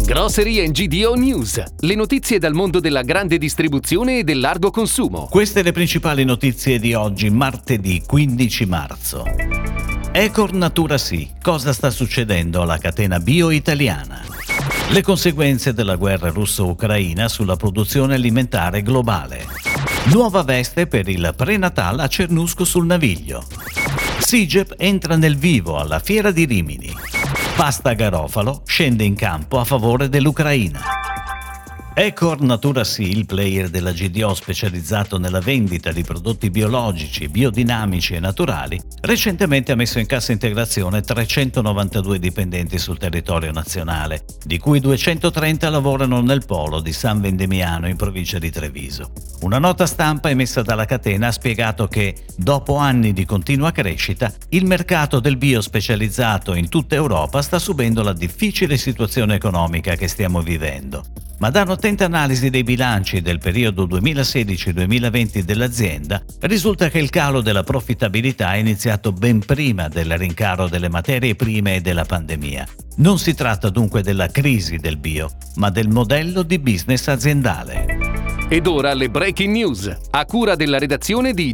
Grocery GDO News, le notizie dal mondo della grande distribuzione e del largo consumo. Queste le principali notizie di oggi, martedì 15 marzo. Ecor Natura Sì, cosa sta succedendo alla catena bio italiana? Le conseguenze della guerra russo-ucraina sulla produzione alimentare globale. Nuova veste per il prenatal a Cernusco sul Naviglio. SIGEP entra nel vivo alla Fiera di Rimini. Pasta Garofalo scende in campo a favore dell'Ucraina. Ecor Natura Sì, il player della GDO specializzato nella vendita di prodotti biologici, biodinamici e naturali, recentemente ha messo in cassa integrazione 392 dipendenti sul territorio nazionale, di cui 230 lavorano nel polo di San Vendemiano in provincia di Treviso. Una nota stampa emessa dalla catena ha spiegato che, dopo anni di continua crescita, il mercato del bio specializzato in tutta Europa sta subendo la difficile situazione economica che stiamo vivendo. Ma da un'attenta analisi dei bilanci del periodo 2016-2020 dell'azienda, risulta che il calo della profittabilità è iniziato ben prima del rincaro delle materie prime e della pandemia. Non si tratta dunque della crisi del bio, ma del modello di business aziendale. Ed ora le breaking news, a cura della redazione di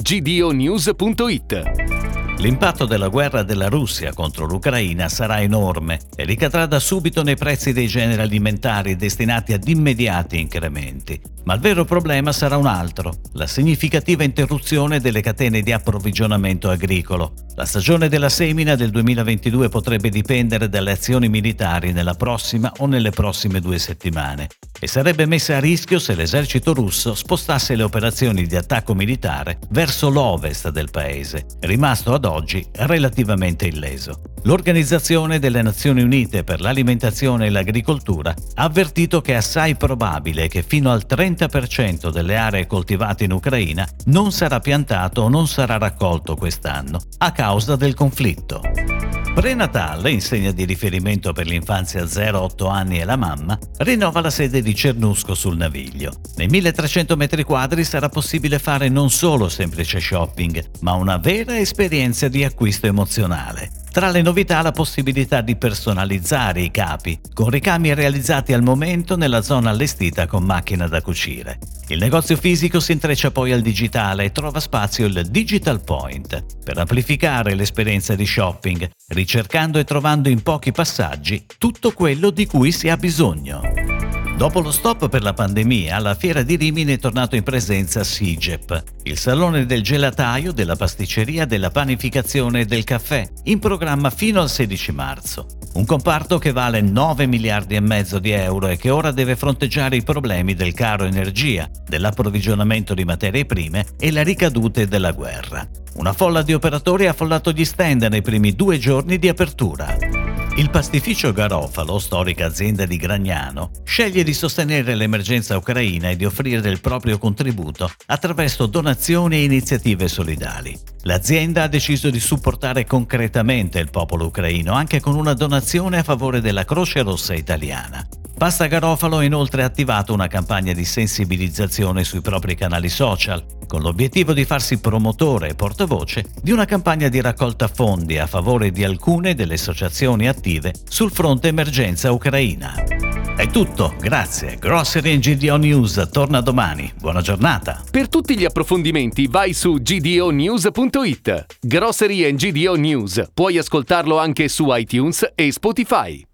gdonews.it. L'impatto della guerra della Russia contro l'Ucraina sarà enorme e ricadrà da subito nei prezzi dei generi alimentari destinati ad immediati incrementi. Ma il vero problema sarà un altro: la significativa interruzione delle catene di approvvigionamento agricolo. La stagione della semina del 2022 potrebbe dipendere dalle azioni militari nella prossima o nelle prossime 2 settimane e sarebbe messa a rischio se l'esercito russo spostasse le operazioni di attacco militare verso l'ovest del paese, rimasto ad oggi relativamente illeso. L'Organizzazione delle Nazioni Unite per l'Alimentazione e l'Agricoltura ha avvertito che è assai probabile che fino al 30% delle aree coltivate in Ucraina non sarà piantato o non sarà raccolto quest'anno, a causa del conflitto. Prenatal, insegna di riferimento per l'infanzia 0-8 anni e la mamma, rinnova la sede di Cernusco sul Naviglio. Nei 1300 metri quadri sarà possibile fare non solo semplice shopping, ma una vera esperienza di acquisto emozionale. Tra le novità la possibilità di personalizzare i capi, con ricami realizzati al momento nella zona allestita con macchina da cucire. Il negozio fisico si intreccia poi al digitale e trova spazio il Digital Point, per amplificare l'esperienza di shopping, ricercando e trovando in pochi passaggi tutto quello di cui si ha bisogno. Dopo lo stop per la pandemia, alla Fiera di Rimini è tornato in presenza SIGEP, il salone del gelataio, della pasticceria, della panificazione e del caffè, in programma fino al 16 marzo. Un comparto che vale 9 miliardi e mezzo di euro e che ora deve fronteggiare i problemi del caro energia, dell'approvvigionamento di materie prime e le ricadute della guerra. Una folla di operatori ha affollato gli stand nei primi 2 giorni di apertura. Il pastificio Garofalo, storica azienda di Gragnano, sceglie di sostenere l'emergenza ucraina e di offrire il proprio contributo attraverso donazioni e iniziative solidali. L'azienda ha deciso di supportare concretamente il popolo ucraino anche con una donazione a favore della Croce Rossa italiana. Pasta Garofalo ha inoltre attivato una campagna di sensibilizzazione sui propri canali social, con l'obiettivo di farsi promotore e portavoce di una campagna di raccolta fondi a favore di alcune delle associazioni attive sul fronte emergenza ucraina. È tutto, grazie. Grocery GDO News torna domani. Buona giornata. Per tutti gli approfondimenti vai su gdonews.it. Grocery GDO News, puoi ascoltarlo anche su iTunes e Spotify.